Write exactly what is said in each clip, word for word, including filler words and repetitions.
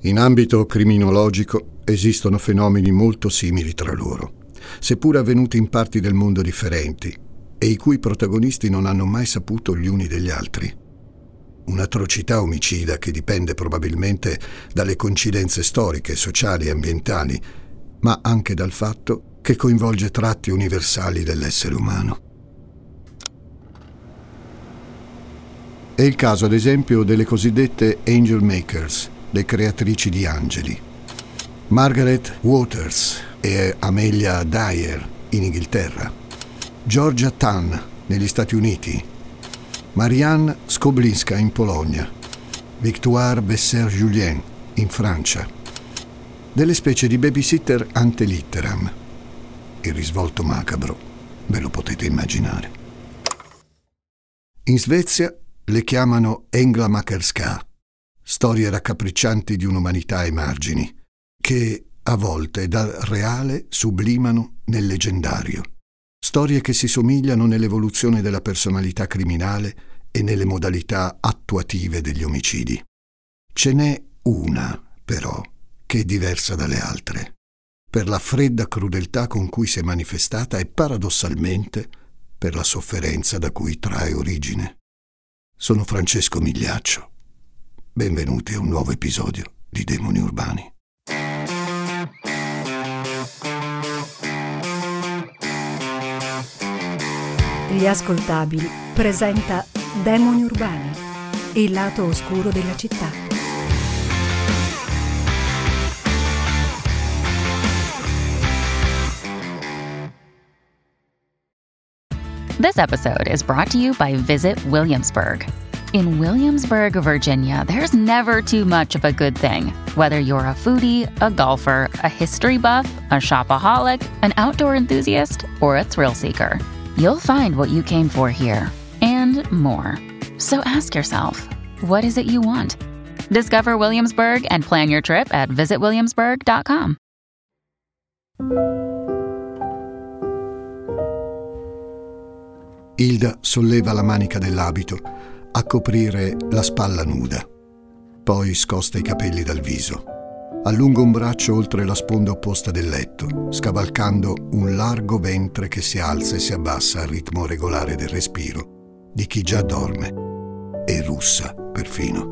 In ambito criminologico esistono fenomeni molto simili tra loro, seppur avvenuti in parti del mondo differenti e i cui protagonisti non hanno mai saputo gli uni degli altri. Un'atrocità omicida che dipende probabilmente dalle coincidenze storiche, sociali e ambientali, ma anche dal fatto che coinvolge tratti universali dell'essere umano. È il caso, ad esempio, delle cosiddette angel makers, le creatrici di angeli. Margaret Waters e Amelia Dyer in Inghilterra, Georgia Tann negli Stati Uniti, Marianne Skoblinska in Polonia, Victoire Besser-Julien in Francia. Delle specie di babysitter ante litteram. Il risvolto macabro ve lo potete immaginare. In Svezia le chiamano Englamakerska, storie raccapriccianti di un'umanità ai margini, che a volte dal reale sublimano nel leggendario. Storie che si somigliano nell'evoluzione della personalità criminale e nelle modalità attuative degli omicidi. Ce n'è una, però, che è diversa dalle altre, per la fredda crudeltà con cui si è manifestata e paradossalmente per la sofferenza da cui trae origine. Sono Francesco Migliaccio. Benvenuti a un nuovo episodio di Demoni Urbani. Gli Ascoltabili presenta Demoni Urbani, il lato oscuro della città. This episode is brought to you by Visit Williamsburg. In Williamsburg, Virginia, there's never too much of a good thing. Whether you're a foodie, a golfer, a history buff, a shopaholic, an outdoor enthusiast, or a thrill seeker, you'll find what you came for here and more. So ask yourself, what is it you want? Discover Williamsburg and plan your trip at visit williamsburg dot com. Hilda solleva la manica dell'abito a coprire la spalla nuda. Poi scosta i capelli dal viso. Allunga un braccio oltre la sponda opposta del letto, scavalcando un largo ventre che si alza e si abbassa al ritmo regolare del respiro di chi già dorme e russa perfino.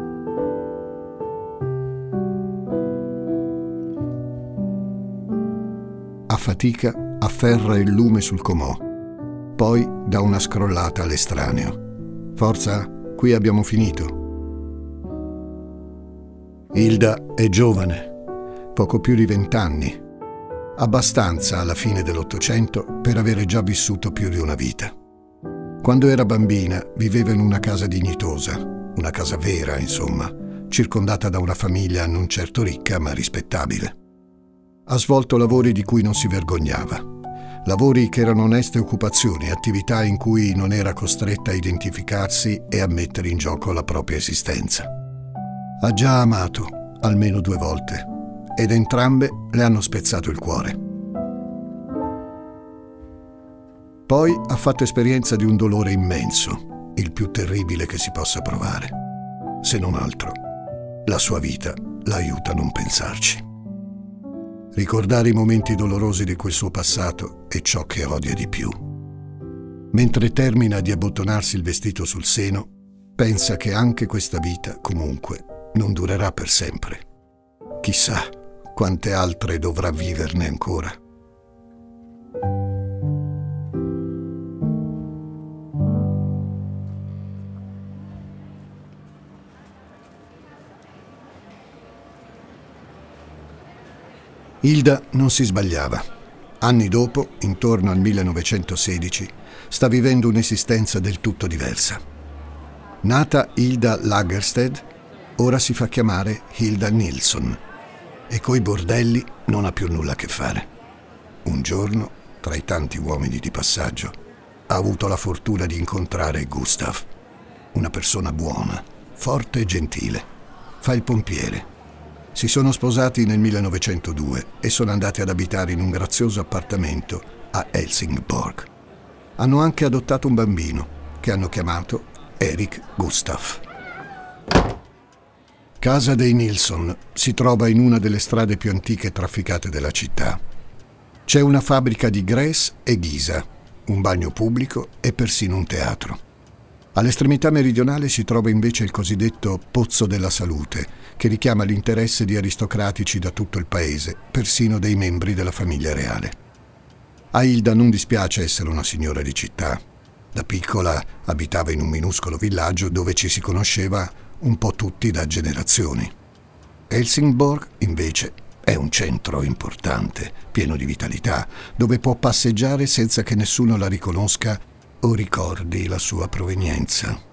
A fatica afferra il lume sul comò, poi dà una scrollata all'estraneo. Forza, qui abbiamo finito. Hilda è giovane, poco più di vent'anni, abbastanza alla fine dell'Ottocento per avere già vissuto più di una vita. Quando era bambina viveva in una casa dignitosa, una casa vera, insomma, circondata da una famiglia non certo ricca ma rispettabile. Ha svolto lavori di cui non si vergognava. Lavori che erano oneste occupazioni, attività in cui non era costretta a identificarsi e a mettere in gioco la propria esistenza. Ha già amato, almeno due volte, ed entrambe le hanno spezzato il cuore. Poi ha fatto esperienza di un dolore immenso, il più terribile che si possa provare. Se non altro, la sua vita l'aiuta a non pensarci. Ricordare i momenti dolorosi di quel suo passato è ciò che odia di più. Mentre termina di abbottonarsi il vestito sul seno, pensa che anche questa vita, comunque, non durerà per sempre. Chissà quante altre dovrà viverne ancora. Hilda non si sbagliava. Anni dopo, intorno al millenovecentosedici, sta vivendo un'esistenza del tutto diversa. Nata Hilda Lagerstedt, ora si fa chiamare Hilda Nilsson e coi bordelli non ha più nulla a che fare. Un giorno, tra i tanti uomini di passaggio, ha avuto la fortuna di incontrare Gustav, una persona buona, forte e gentile. Fa il pompiere. Si sono sposati nel millenovecentodue e sono andati ad abitare in un grazioso appartamento a Helsingborg. Hanno anche adottato un bambino che hanno chiamato Erik Gustaf. Casa dei Nilsson si trova in una delle strade più antiche trafficate della città. C'è una fabbrica di Grès e ghisa, un bagno pubblico e persino un teatro. All'estremità meridionale si trova invece il cosiddetto Pozzo della Salute, che richiama l'interesse di aristocratici da tutto il paese, persino dei membri della famiglia reale. A Hilda non dispiace essere una signora di città. Da piccola abitava in un minuscolo villaggio dove ci si conosceva un po' tutti da generazioni. Helsingborg, invece, è un centro importante, pieno di vitalità, dove può passeggiare senza che nessuno la riconosca o ricordi la sua provenienza.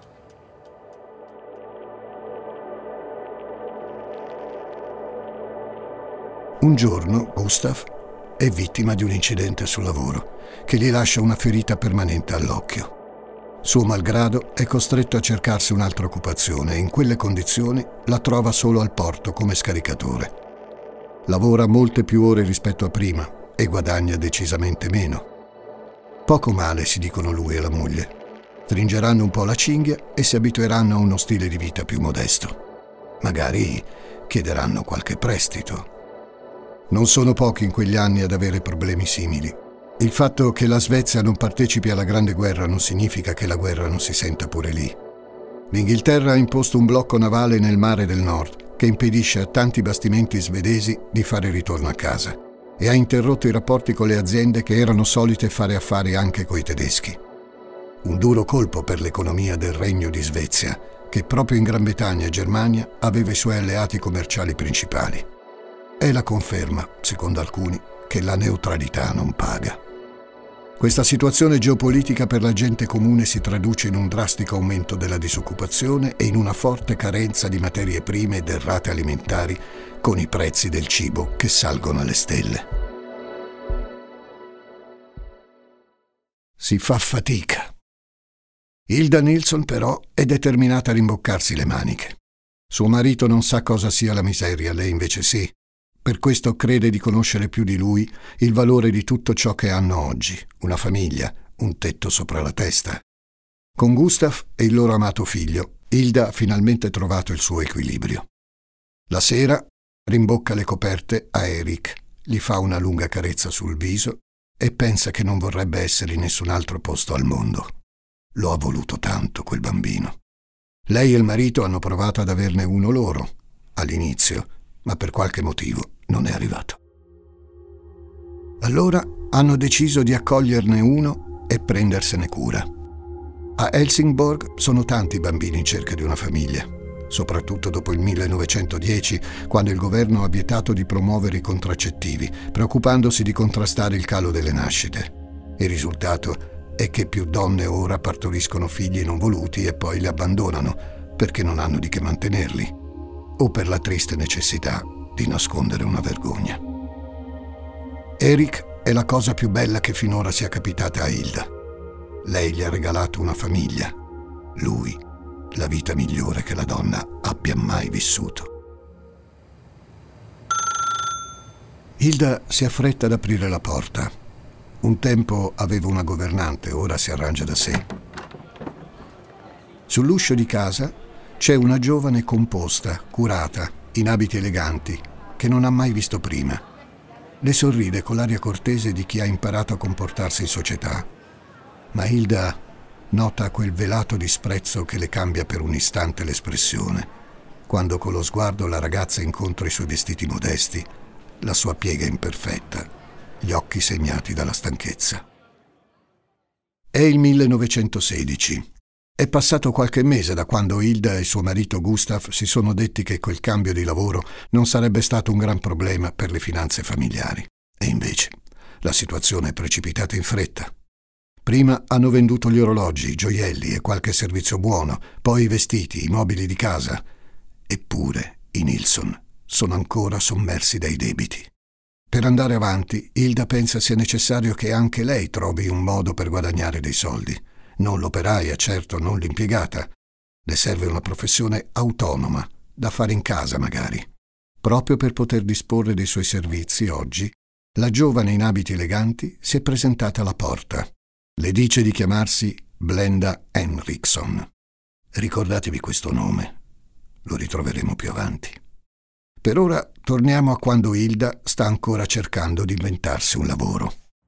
Un giorno Gustav è vittima di un incidente sul lavoro che gli lascia una ferita permanente all'occhio. Suo malgrado è costretto a cercarsi un'altra occupazione e in quelle condizioni la trova solo al porto come scaricatore. Lavora molte più ore rispetto a prima e guadagna decisamente meno. Poco male, si dicono lui e la moglie. Stringeranno un po' la cinghia e si abitueranno a uno stile di vita più modesto. Magari chiederanno qualche prestito. Non sono pochi in quegli anni ad avere problemi simili. Il fatto che la Svezia non partecipi alla Grande Guerra non significa che la guerra non si senta pure lì. L'Inghilterra ha imposto un blocco navale nel mare del nord che impedisce a tanti bastimenti svedesi di fare ritorno a casa e ha interrotto i rapporti con le aziende che erano solite fare affari anche coi tedeschi. Un duro colpo per l'economia del Regno di Svezia, che proprio in Gran Bretagna e Germania aveva i suoi alleati commerciali principali. È la conferma, secondo alcuni, che la neutralità non paga. Questa situazione geopolitica per la gente comune si traduce in un drastico aumento della disoccupazione e in una forte carenza di materie prime e derrate alimentari, con i prezzi del cibo che salgono alle stelle. Si fa fatica. Hilda Nilsson però è determinata a rimboccarsi le maniche. Suo marito non sa cosa sia la miseria, lei invece sì. Per questo crede di conoscere più di lui il valore di tutto ciò che hanno oggi, una famiglia, un tetto sopra la testa. Con Gustav e il loro amato figlio, Hilda ha finalmente trovato il suo equilibrio. La sera rimbocca le coperte a Erik, gli fa una lunga carezza sul viso e pensa che non vorrebbe essere in nessun altro posto al mondo. Lo ha voluto tanto quel bambino. Lei e il marito hanno provato ad averne uno loro, all'inizio, ma per qualche motivo non è arrivato. Allora hanno deciso di accoglierne uno e prendersene cura. A Helsingborg sono tanti bambini in cerca di una famiglia, soprattutto dopo il millenovecentodieci, quando il governo ha vietato di promuovere i contraccettivi, preoccupandosi di contrastare il calo delle nascite. Il risultato è che più donne ora partoriscono figli non voluti e poi li abbandonano perché non hanno di che mantenerli, o per la triste necessità di nascondere una vergogna. Erik è la cosa più bella che finora sia capitata a Hilda. Lei gli ha regalato una famiglia, lui la vita migliore che la donna abbia mai vissuto. Hilda si affretta ad aprire la porta. Un tempo aveva una governante, ora si arrangia da sé. Sull'uscio di casa c'è una giovane composta, curata, in abiti eleganti, che non ha mai visto prima. Le sorride con l'aria cortese di chi ha imparato a comportarsi in società. Ma Hilda nota quel velato disprezzo che le cambia per un istante l'espressione, quando con lo sguardo la ragazza incontra i suoi vestiti modesti, la sua piega imperfetta, gli occhi segnati dalla stanchezza. È il millenovecentosedici. È passato qualche mese da quando Hilda e suo marito Gustav si sono detti che quel cambio di lavoro non sarebbe stato un gran problema per le finanze familiari. E invece la situazione è precipitata in fretta. Prima hanno venduto gli orologi, i gioielli e qualche servizio buono, poi i vestiti, i mobili di casa. Eppure i Nilsson sono ancora sommersi dai debiti. Per andare avanti, Hilda pensa sia necessario che anche lei trovi un modo per guadagnare dei soldi. Non l'operaia, certo, non l'impiegata. Le serve una professione autonoma, da fare in casa magari. Proprio per poter disporre dei suoi servizi oggi, la giovane in abiti eleganti si è presentata alla porta. Le dice di chiamarsi Blenda Henriksson. Ricordatevi questo nome. lo ritroveremo più avanti. Per ora torniamo a quando Hilda sta ancora cercando di inventarsi un lavoro.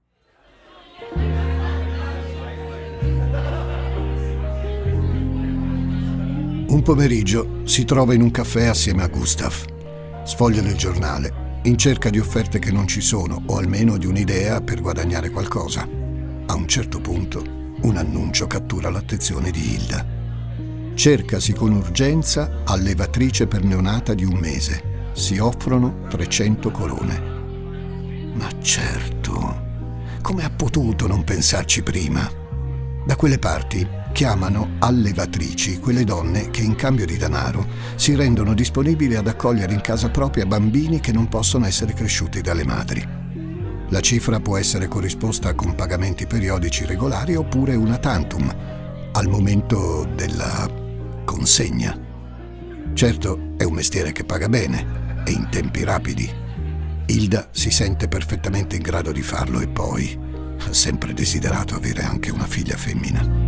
Un pomeriggio si trova in un caffè assieme a Gustav. Sfoglia il giornale, in cerca di offerte che non ci sono, o almeno di un'idea per guadagnare qualcosa. A un certo punto, un annuncio cattura l'attenzione di Hilda. Cercasi con urgenza allevatrice per neonata di un mese. Si offrono trecento corone. Ma certo, come ha potuto non pensarci prima? Da quelle parti chiamano allevatrici quelle donne che in cambio di denaro si rendono disponibili ad accogliere in casa propria bambini che non possono essere cresciuti dalle madri. La cifra può essere corrisposta con pagamenti periodici regolari oppure una tantum, al momento della consegna. Certo, è un mestiere che paga bene e in tempi rapidi. Hilda si sente perfettamente in grado di farlo e poi ha sempre desiderato avere anche una figlia femmina.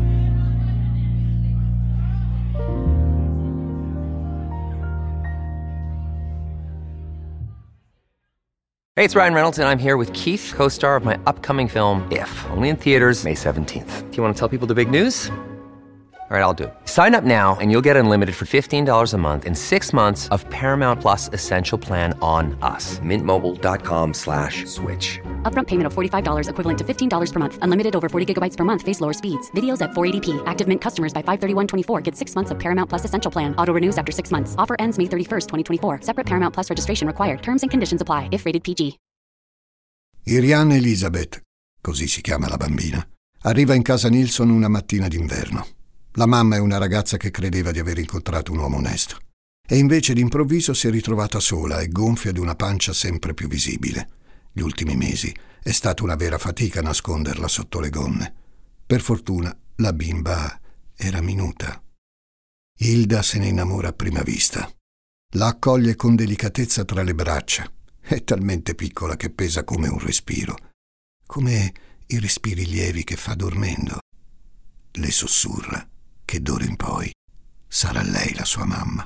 Hey, it's Ryan Reynolds, and I'm here with Keith, co-star of my upcoming film, If, only in theaters May seventeenth. Do you want to tell people the big news? All right, I'll do it. Sign up now and you'll get unlimited for fifteen dollars a month and six months of Paramount Plus Essential Plan on us. Mint Mobile dot com slash switch. Upfront payment of forty-five dollars equivalent to fifteen dollars per month. Unlimited over forty gigabytes per month. Face lower speeds. Videos at four eighty p. Active Mint customers by five thirty-one twenty-four get six months of Paramount Plus Essential Plan. Auto renews after six months. Offer ends May thirty-first, twenty twenty-four. Separate Paramount Plus registration required. Terms and conditions apply if rated P G. Irian Elizabeth, così si chiama la bambina, arriva in casa Nilsson una mattina d'inverno. La mamma è una ragazza che credeva di aver incontrato un uomo onesto e invece d'improvviso si è ritrovata sola e gonfia di una pancia sempre più visibile. Gli ultimi mesi è stata una vera fatica nasconderla sotto le gonne. Per fortuna la bimba era minuta. Hilda se ne innamora a prima vista. La accoglie con delicatezza tra le braccia. È talmente piccola che pesa come un respiro, come i respiri lievi che fa dormendo. Le sussurra che d'ora in poi sarà lei la sua mamma.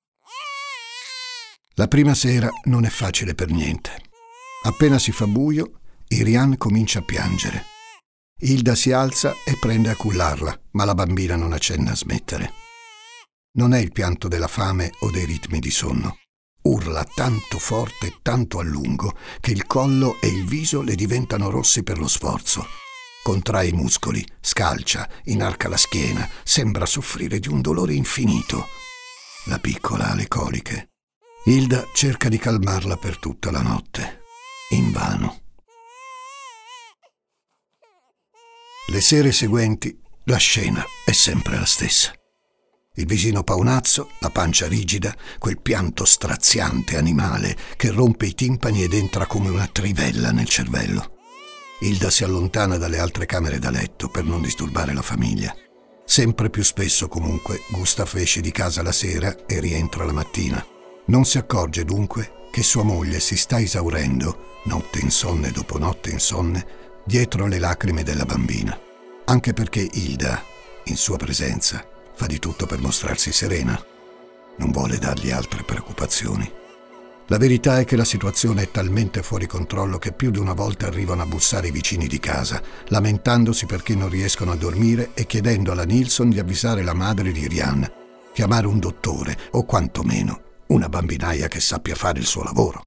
La prima sera non è facile per niente. Appena si fa buio, Irian comincia a piangere. Hilda si alza e prende a cullarla, ma la bambina non accenna a smettere. Non è il pianto della fame o dei ritmi di sonno. Urla tanto forte e tanto a lungo che il collo e il viso le diventano rossi per lo sforzo. Contrae i muscoli, scalcia, inarca la schiena, sembra soffrire di un dolore infinito. La piccola ha le coliche. Hilda cerca di calmarla per tutta la notte. Invano. Le sere seguenti la scena è sempre la stessa. Il visino paonazzo, la pancia rigida, quel pianto straziante animale che rompe i timpani ed entra come una trivella nel cervello. Hilda si allontana dalle altre camere da letto per non disturbare la famiglia. Sempre più spesso, comunque, Gustav esce di casa la sera e rientra la mattina. Non si accorge dunque che sua moglie si sta esaurendo, notte insonne dopo notte insonne, dietro le lacrime della bambina. Anche perché Hilda, in sua presenza, fa di tutto per mostrarsi serena. Non vuole dargli altre preoccupazioni. La verità è che la situazione è talmente fuori controllo che più di una volta arrivano a bussare i vicini di casa, lamentandosi perché non riescono a dormire e chiedendo alla Nilsson di avvisare la madre di Irian, chiamare un dottore o quantomeno una bambinaia che sappia fare il suo lavoro.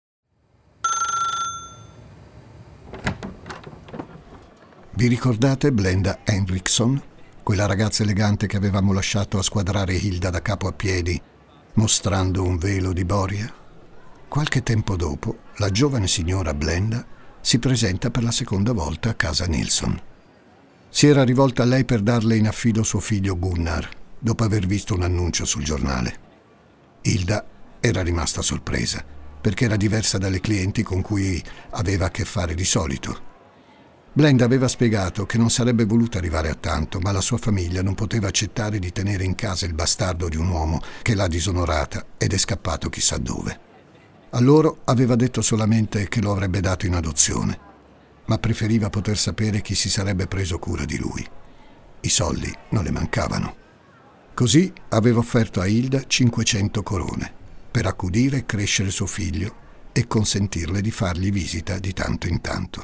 Vi ricordate Blenda Henriksson? Quella ragazza elegante che avevamo lasciato a squadrare Hilda da capo a piedi, mostrando un velo di boria? Qualche tempo dopo, la giovane signora Blenda si presenta per la seconda volta a casa Nilsson. Si era rivolta a lei per darle in affido suo figlio Gunnar, dopo aver visto un annuncio sul giornale. Hilda era rimasta sorpresa, perché era diversa dalle clienti con cui aveva a che fare di solito. Blenda aveva spiegato che non sarebbe voluta arrivare a tanto, ma la sua famiglia non poteva accettare di tenere in casa il bastardo di un uomo che l'ha disonorata ed è scappato chissà dove. A loro aveva detto solamente che lo avrebbe dato in adozione, ma preferiva poter sapere chi si sarebbe preso cura di lui. I soldi non le mancavano. Così aveva offerto a Hilda cinquecento corone per accudire e crescere suo figlio e consentirle di fargli visita di tanto in tanto.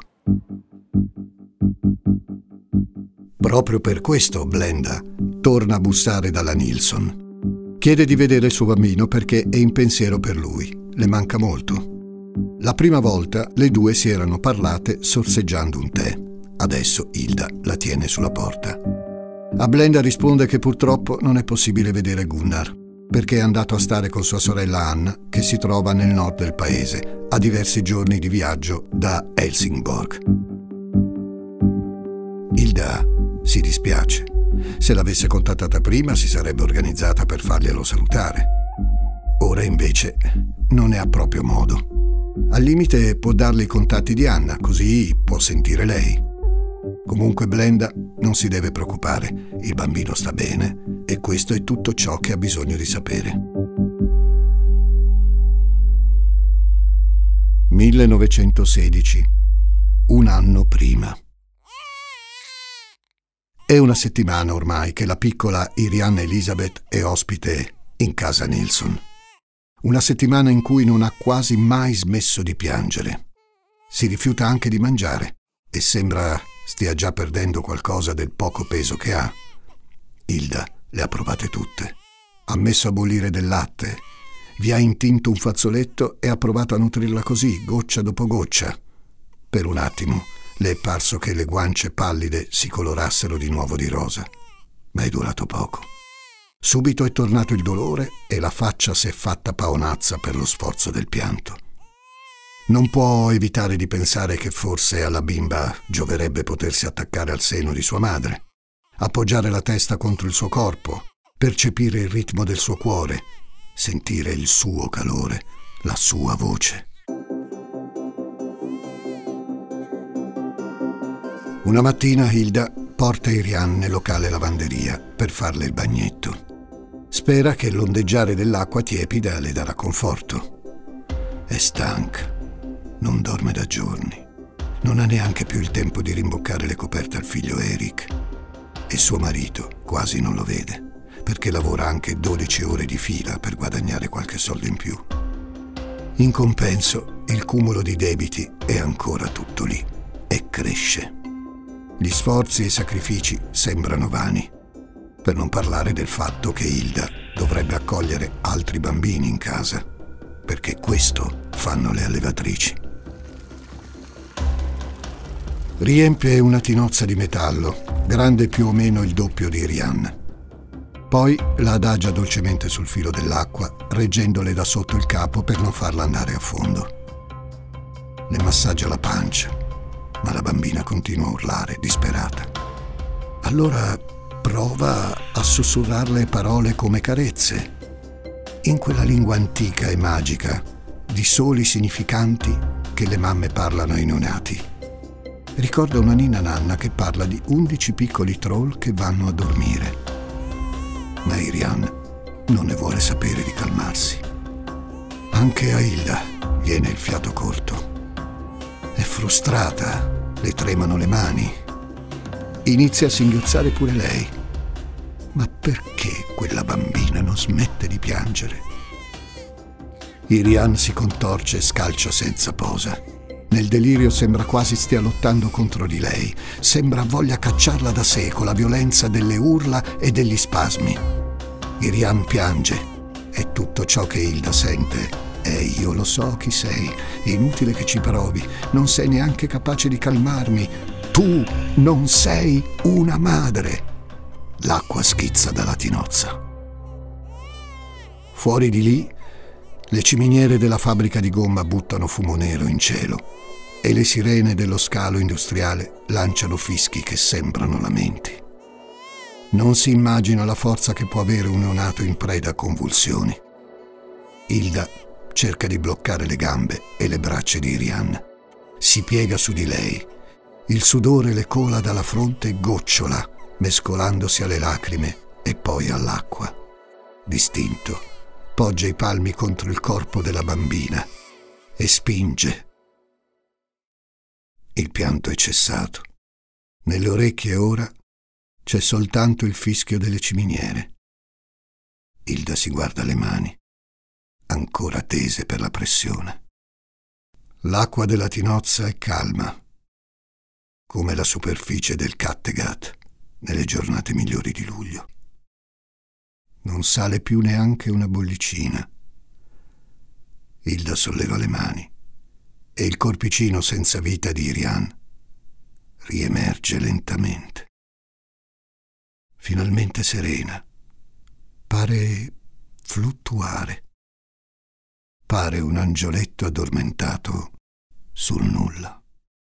Proprio per questo Blenda torna a bussare dalla Nilsson. Chiede di vedere il suo bambino perché è in pensiero per lui, le manca molto. La prima volta le due si erano parlate sorseggiando un tè. Adesso Hilda la tiene sulla porta. A Blenda risponde che purtroppo non è possibile vedere Gunnar, perché è andato a stare con sua sorella Anna, che si trova nel nord del paese, a diversi giorni di viaggio da Helsingborg. Hilda si dispiace. Se l'avesse contattata prima si sarebbe organizzata per farglielo salutare. Ora invece non ne ha proprio modo. Al limite può darle i contatti di Anna, così può sentire lei. Comunque Blenda non si deve preoccupare, il bambino sta bene e questo è tutto ciò che ha bisogno di sapere. millenovecentosedici, un anno prima. È una settimana ormai che la piccola Irian Elisabeth è ospite in casa Nilsson. Una settimana in cui non ha quasi mai smesso di piangere. Si rifiuta anche di mangiare e sembra stia già perdendo qualcosa del poco peso che ha. Hilda le ha provate tutte. Ha messo a bollire del latte, vi ha intinto un fazzoletto e ha provato a nutrirla così, goccia dopo goccia. Per un attimo le è parso che le guance pallide si colorassero di nuovo di rosa, ma è durato poco. Subito è tornato il dolore e la faccia si è fatta paonazza per lo sforzo del pianto. Non può evitare di pensare che forse alla bimba gioverebbe potersi attaccare al seno di sua madre, appoggiare la testa contro il suo corpo, percepire il ritmo del suo cuore, sentire il suo calore, la sua voce. Una mattina Hilda porta Irian nel locale lavanderia per farle il bagnetto. Spera che l'ondeggiare dell'acqua tiepida le darà conforto. È stanca. Non dorme da giorni. Non ha neanche più il tempo di rimboccare le coperte al figlio Erik. E suo marito quasi non lo vede, perché lavora anche dodici ore di fila per guadagnare qualche soldo in più. In compenso, il cumulo di debiti è ancora tutto lì e cresce. Gli sforzi e i sacrifici sembrano vani, per non parlare del fatto che Hilda dovrebbe accogliere altri bambini in casa, perché questo fanno le allevatrici. Riempie una tinozza di metallo, grande più o meno il doppio di Irian. Poi la adagia dolcemente sul filo dell'acqua, reggendole da sotto il capo per non farla andare a fondo. Le massaggia la pancia, ma la bambina continua a urlare, disperata. Allora prova a sussurrarle parole come carezze, in quella lingua antica e magica, di soli significanti che le mamme parlano ai neonati. Ricorda una ninna nanna che parla di undici piccoli troll che vanno a dormire. Ma Irian non ne vuole sapere di calmarsi. Anche a Hilda viene il fiato corto. È frustrata, le tremano le mani. Inizia a singhiozzare pure lei. Ma perché quella bambina non smette di piangere? Irian si contorce e scalcia senza posa. Nel delirio sembra quasi stia lottando contro di lei. Sembra voglia cacciarla da sé con la violenza delle urla e degli spasmi. Irian piange e tutto ciò che Hilda sente è: io lo so chi sei, è inutile che ci provi, non sei neanche capace di calmarmi, tu non sei una madre. L'acqua schizza dalla tinozza. Fuori di lì le ciminiere della fabbrica di gomma buttano fumo nero in cielo e le sirene dello scalo industriale lanciano fischi che sembrano lamenti. Non si immagina la forza che può avere un neonato in preda a convulsioni. Hilda cerca di bloccare le gambe e le braccia di Irian. Si piega su di lei. Il sudore le cola dalla fronte e gocciola, mescolandosi alle lacrime e poi all'acqua. Distinto, poggia i palmi contro il corpo della bambina e spinge. Il pianto è cessato. Nelle orecchie ora c'è soltanto il fischio delle ciminiere. Hilda si guarda le mani, ancora tese per la pressione. L'acqua della Tinozza è calma, come la superficie del Kattegat nelle giornate migliori di luglio. Non sale più neanche una bollicina. Hilda solleva le mani e il corpicino senza vita di Irian riemerge lentamente. Finalmente serena, pare fluttuare. Pare un angioletto addormentato sul nulla.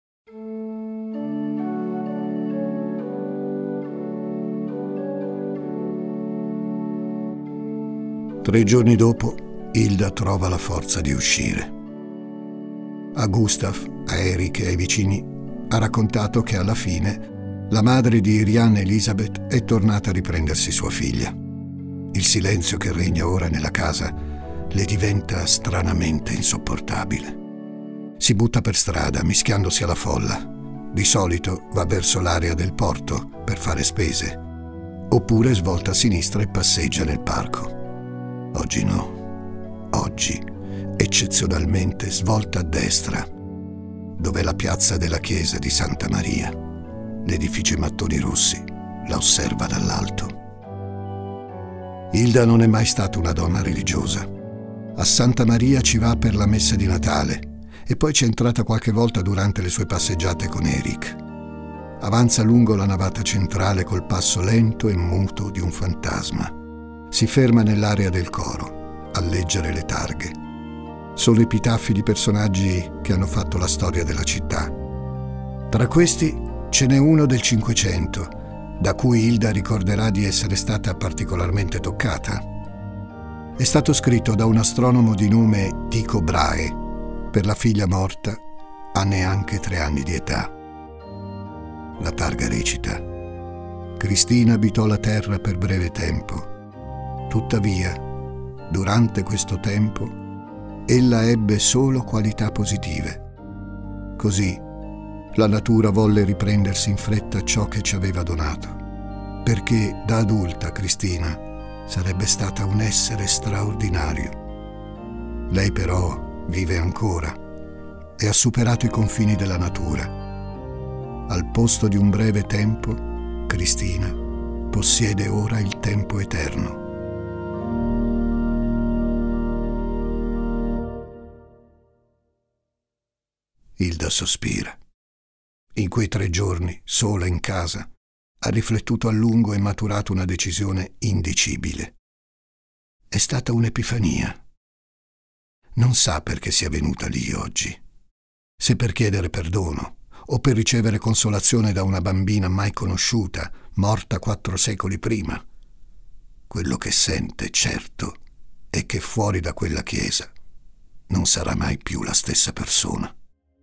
Tre giorni dopo, Hilda trova la forza di uscire. A Gustav, a Eric e ai vicini ha raccontato che alla fine la madre di Irian, Elisabeth, è tornata a riprendersi sua figlia. Il silenzio che regna ora nella casa le diventa stranamente insopportabile. Si butta per strada, mischiandosi alla folla. Di solito va verso l'area del porto per fare spese, oppure svolta a sinistra e passeggia nel parco. Oggi no. Oggi, eccezionalmente, svolta a destra, dove è la piazza della chiesa di Santa Maria. L'edificio in mattoni rossi la osserva dall'alto. Hilda non è mai stata una donna religiosa. A Santa Maria ci va per la messa di Natale e poi c'è entrata qualche volta durante le sue passeggiate con Eric. Avanza lungo la navata centrale col passo lento e muto di un fantasma. Si ferma nell'area del coro a leggere le targhe. Sono epitaffi di personaggi che hanno fatto la storia della città. Tra questi ce n'è uno del Cinquecento, da cui Hilda ricorderà di essere stata particolarmente toccata. È stato scritto da un astronomo di nome Tycho Brahe per la figlia morta a neanche tre anni di età. La targa recita: Cristina abitò la terra per breve tempo. Tuttavia, durante questo tempo, ella ebbe solo qualità positive. Così, la natura volle riprendersi in fretta ciò che ci aveva donato, perché da adulta Cristina sarebbe stata un essere straordinario. Lei però vive ancora e ha superato i confini della natura. Al posto di un breve tempo, Cristina possiede ora il tempo eterno. Hilda sospira. In quei tre giorni, sola in casa, ha riflettuto a lungo e maturato una decisione indicibile. È stata un'epifania. Non sa perché sia venuta lì oggi. Se per chiedere perdono o per ricevere consolazione da una bambina mai conosciuta, morta quattro secoli prima. Quello che sente, certo, è che fuori da quella chiesa non sarà mai più la stessa persona.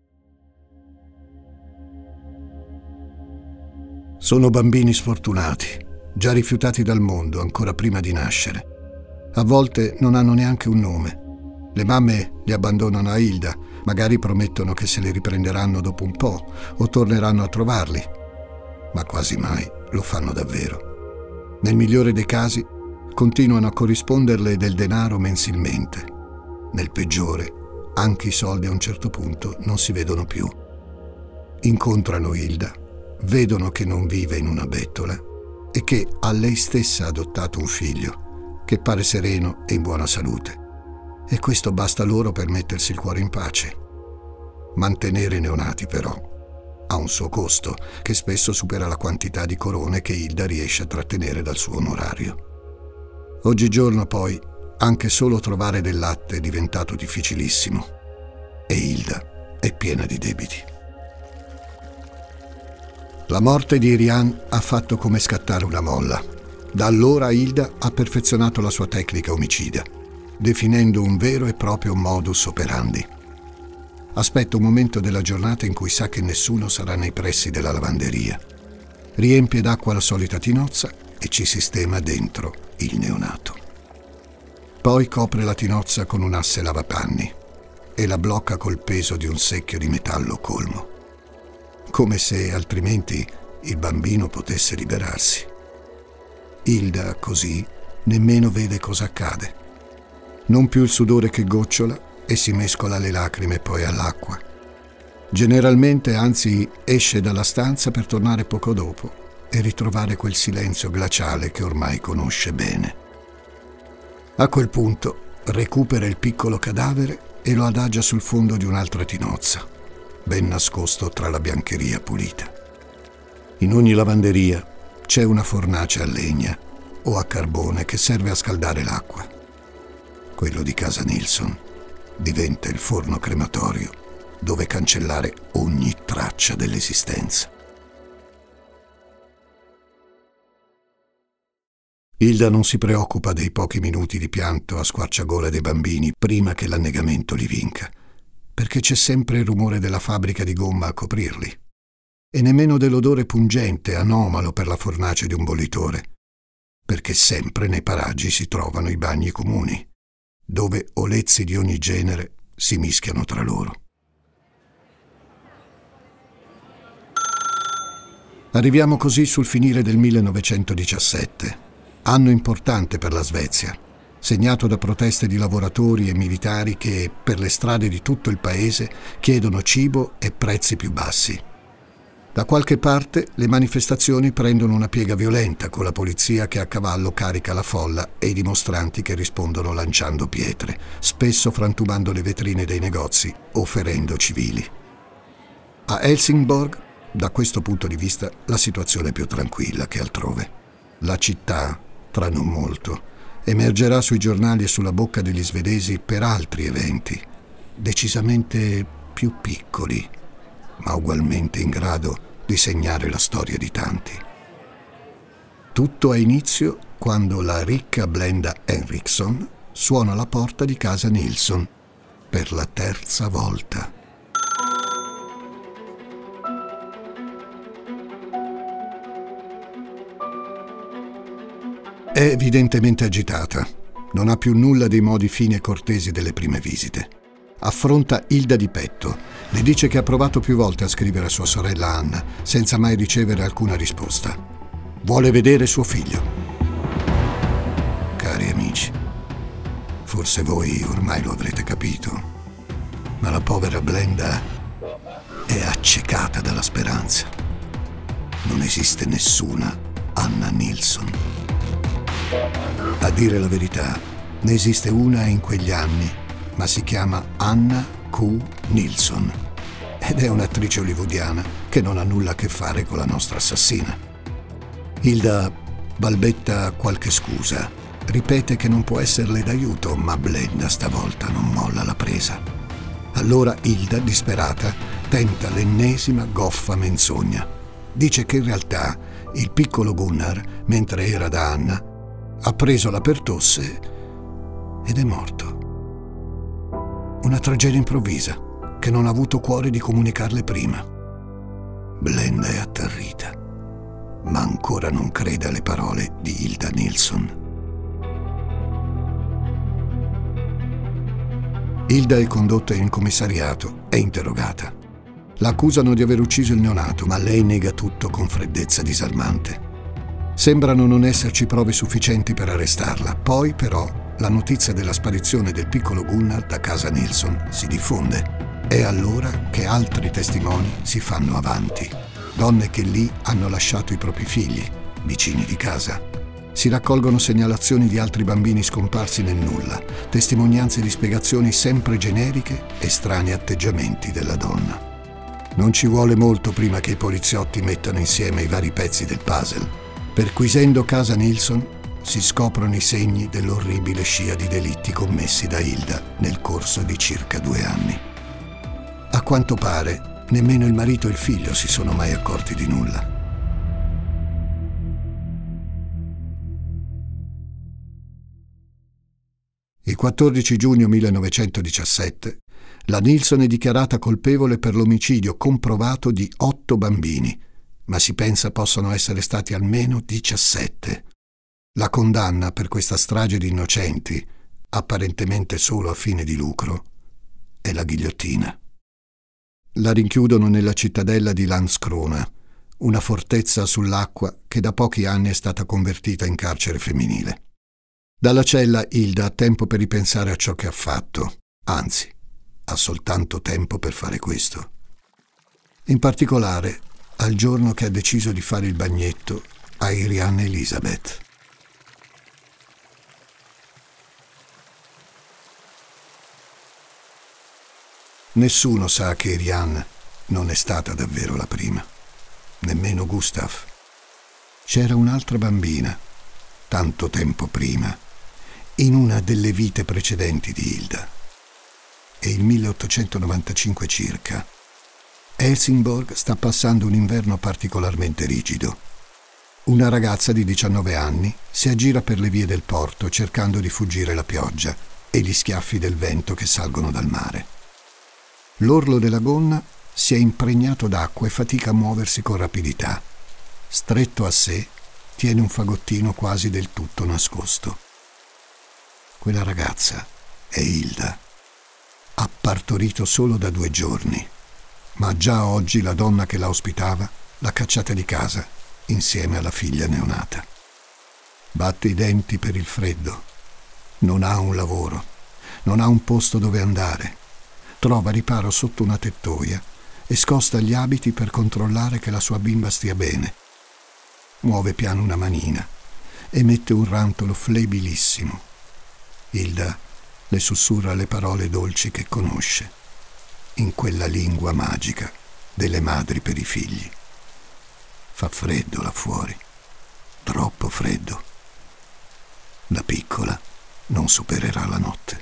Sono bambini sfortunati, già rifiutati dal mondo ancora prima di nascere. A volte non hanno neanche un nome. Le mamme li abbandonano a Hilda, magari promettono che se li riprenderanno dopo un po' o torneranno a trovarli, ma quasi mai lo fanno davvero. Nel migliore dei casi continuano a corrisponderle del denaro mensilmente. Nel peggiore, anche i soldi a un certo punto non si vedono più. Incontrano Hilda, vedono che non vive in una bettola e che ha lei stessa adottato un figlio che pare sereno e in buona salute. E questo basta loro per mettersi il cuore in pace. Mantenere i neonati, però, ha un suo costo che spesso supera la quantità di corone che Hilda riesce a trattenere dal suo onorario. Oggigiorno, poi, anche solo trovare del latte è diventato difficilissimo e Hilda è piena di debiti. La morte di Irian ha fatto come scattare una molla. Da allora Hilda ha perfezionato la sua tecnica omicida, definendo un vero e proprio modus operandi. Aspetta un momento della giornata in cui sa che nessuno sarà nei pressi della lavanderia. Riempie d'acqua la solita tinozza e ci sistema dentro il neonato. Poi copre la tinozza con un asse lavapanni e la blocca col peso di un secchio di metallo colmo, come se altrimenti il bambino potesse liberarsi. Hilda, così, nemmeno vede cosa accade. Non più il sudore che gocciola e si mescola alle lacrime e poi all'acqua. Generalmente, anzi, esce dalla stanza per tornare poco dopo e ritrovare quel silenzio glaciale che ormai conosce bene. A quel punto recupera il piccolo cadavere e lo adagia sul fondo di un'altra tinozza, ben nascosto tra la biancheria pulita. In ogni lavanderia c'è una fornace a legna o a carbone che serve a scaldare l'acqua. Quello di casa Nilsson diventa il forno crematorio dove cancellare ogni traccia dell'esistenza. Hilda non si preoccupa dei pochi minuti di pianto a squarciagola dei bambini prima che l'annegamento li vinca, perché c'è sempre il rumore della fabbrica di gomma a coprirli, e nemmeno dell'odore pungente, anomalo per la fornace di un bollitore, perché sempre nei paraggi si trovano i bagni comuni, dove olezzi di ogni genere si mischiano tra loro. Arriviamo così sul finire del millenovecentodiciassette, anno importante per la Svezia, segnato da proteste di lavoratori e militari che, per le strade di tutto il paese, chiedono cibo e prezzi più bassi. Da qualche parte le manifestazioni prendono una piega violenta, con la polizia che a cavallo carica la folla e i dimostranti che rispondono lanciando pietre, spesso frantumando le vetrine dei negozi o ferendo civili. A Helsingborg, da questo punto di vista, la situazione è più tranquilla che altrove. La città, tra non molto, emergerà sui giornali e sulla bocca degli svedesi per altri eventi, decisamente più piccoli, ma ugualmente in grado di segnare la storia di tanti. Tutto ha inizio quando la ricca Blenda Henriksson suona alla porta di casa Nilsson per la terza volta. È evidentemente agitata, non ha più nulla dei modi fini e cortesi delle prime visite. Affronta Hilda di petto, le dice che ha provato più volte a scrivere a sua sorella Anna, senza mai ricevere alcuna risposta. Vuole vedere suo figlio. Cari amici, forse voi ormai lo avrete capito, ma la povera Blenda è accecata dalla speranza. Non esiste nessuna Anna Nilsson. A dire la verità, ne esiste una in quegli anni, ma si chiama Anna Q. Nilsson ed è un'attrice hollywoodiana che non ha nulla a che fare con la nostra assassina. Hilda balbetta qualche scusa, ripete che non può esserle d'aiuto, ma Blenda stavolta non molla la presa. Allora Hilda, disperata, tenta l'ennesima goffa menzogna. Dice che in realtà il piccolo Gunnar, mentre era da Anna, ha preso la pertosse ed è morto. Una tragedia improvvisa che non ha avuto cuore di comunicarle prima. Blenda è atterrita, ma ancora non crede alle parole di Hilda Nilsson. Hilda è condotta in commissariato e interrogata. La accusano di aver ucciso il neonato, ma lei nega tutto con freddezza disarmante. Sembrano non esserci prove sufficienti per arrestarla. Poi, però, la notizia della sparizione del piccolo Gunnar da casa Nilsson si diffonde. È allora che altri testimoni si fanno avanti. Donne che lì hanno lasciato i propri figli, vicini di casa. Si raccolgono segnalazioni di altri bambini scomparsi nel nulla, testimonianze di spiegazioni sempre generiche e strani atteggiamenti della donna. Non ci vuole molto prima che i poliziotti mettano insieme i vari pezzi del puzzle. Perquisendo casa Nilsson si scoprono i segni dell'orribile scia di delitti commessi da Hilda nel corso di circa due anni. A quanto pare, nemmeno il marito e il figlio si sono mai accorti di nulla. Il quattordici giugno millenovecentodiciassette la Nilsson è dichiarata colpevole per l'omicidio comprovato di otto bambini, ma si pensa possano essere stati almeno diciassette. La condanna per questa strage di innocenti, apparentemente solo a fine di lucro, è la ghigliottina. La rinchiudono nella cittadella di Landskrona, una fortezza sull'acqua che da pochi anni è stata convertita in carcere femminile. Dalla cella Hilda ha tempo per ripensare a ciò che ha fatto, anzi, ha soltanto tempo per fare questo. In particolare, al giorno che ha deciso di fare il bagnetto a Irian Elizabeth. Nessuno sa che Irian non è stata davvero la prima, nemmeno Gustav. C'era un'altra bambina, tanto tempo prima, in una delle vite precedenti di Hilda. È il milleottocentonovantacinque circa. Helsingborg sta passando un inverno particolarmente rigido. Una ragazza di diciannove anni si aggira per le vie del porto cercando di fuggire la pioggia e gli schiaffi del vento che salgono dal mare. L'orlo della gonna si è impregnato d'acqua e fatica a muoversi con rapidità. Stretto a sé, tiene un fagottino quasi del tutto nascosto. Quella ragazza è Hilda. Ha partorito solo da due giorni, ma già oggi la donna che la ospitava l'ha cacciata di casa insieme alla figlia neonata. Batte i denti per il freddo. Non ha un lavoro, non ha un posto dove andare. Trova riparo sotto una tettoia e scosta gli abiti per controllare che la sua bimba stia bene. Muove piano una manina e mette un rantolo flebilissimo. Hilda le sussurra le parole dolci che conosce, in quella lingua magica delle madri per i figli. Fa freddo là fuori, troppo freddo. La piccola non supererà la notte.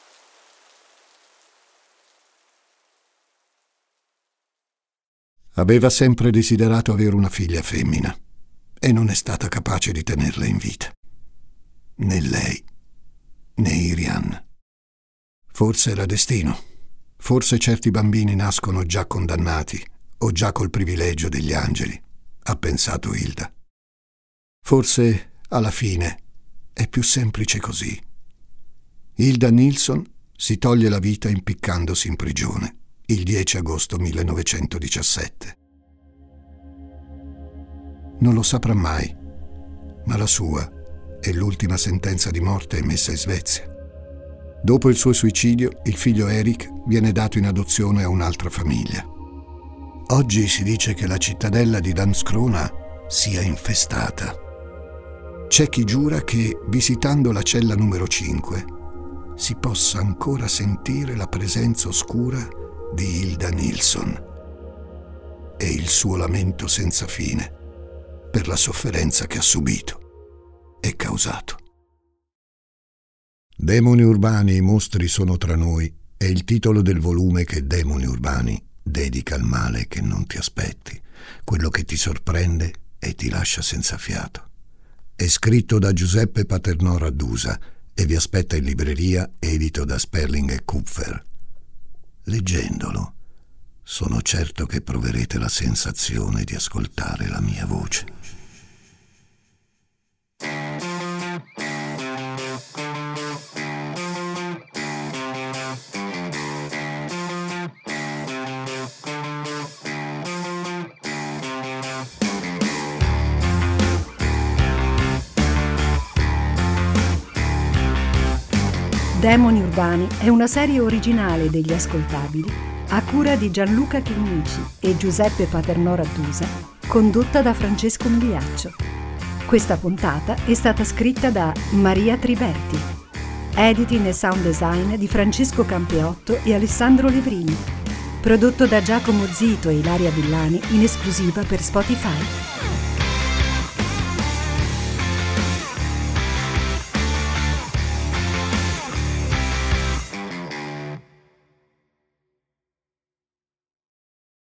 Aveva sempre desiderato avere una figlia femmina e non è stata capace di tenerla in vita. Né lei, né Irian. Forse era destino. Forse certi bambini nascono già condannati o già col privilegio degli angeli, ha pensato Hilda. Forse, alla fine, è più semplice così. Hilda Nilsson si toglie la vita impiccandosi in prigione il dieci agosto millenovecentodiciassette. Non lo saprà mai, ma la sua è l'ultima sentenza di morte emessa in Svezia. Dopo il suo suicidio, il figlio Erik viene dato in adozione a un'altra famiglia. Oggi si dice che la cittadella di Landskrona sia infestata. C'è chi giura che, visitando la cella numero cinque, si possa ancora sentire la presenza oscura di Hilda Nilsson e il suo lamento senza fine per la sofferenza che ha subito e causato. Demoni urbani, i mostri sono tra noi è il titolo del volume che Demoni urbani dedica al male che non ti aspetti, quello che ti sorprende e ti lascia senza fiato. È scritto da Giuseppe Paternò Raddusa e vi aspetta in libreria, edito da Sperling e Kupfer. Leggendolo, sono certo che proverete la sensazione di ascoltare la mia voce. Demoni urbani è una serie originale degli Ascoltabili a cura di Gianluca Chinnici e Giuseppe Paternò Raddusa, condotta da Francesco Migliaccio. Questa puntata è stata scritta da Maria Triberti. Editing e sound design di Francesco Campeotto e Alessandro Levrini. Prodotto da Giacomo Zito e Ilaria Villani in esclusiva per Spotify.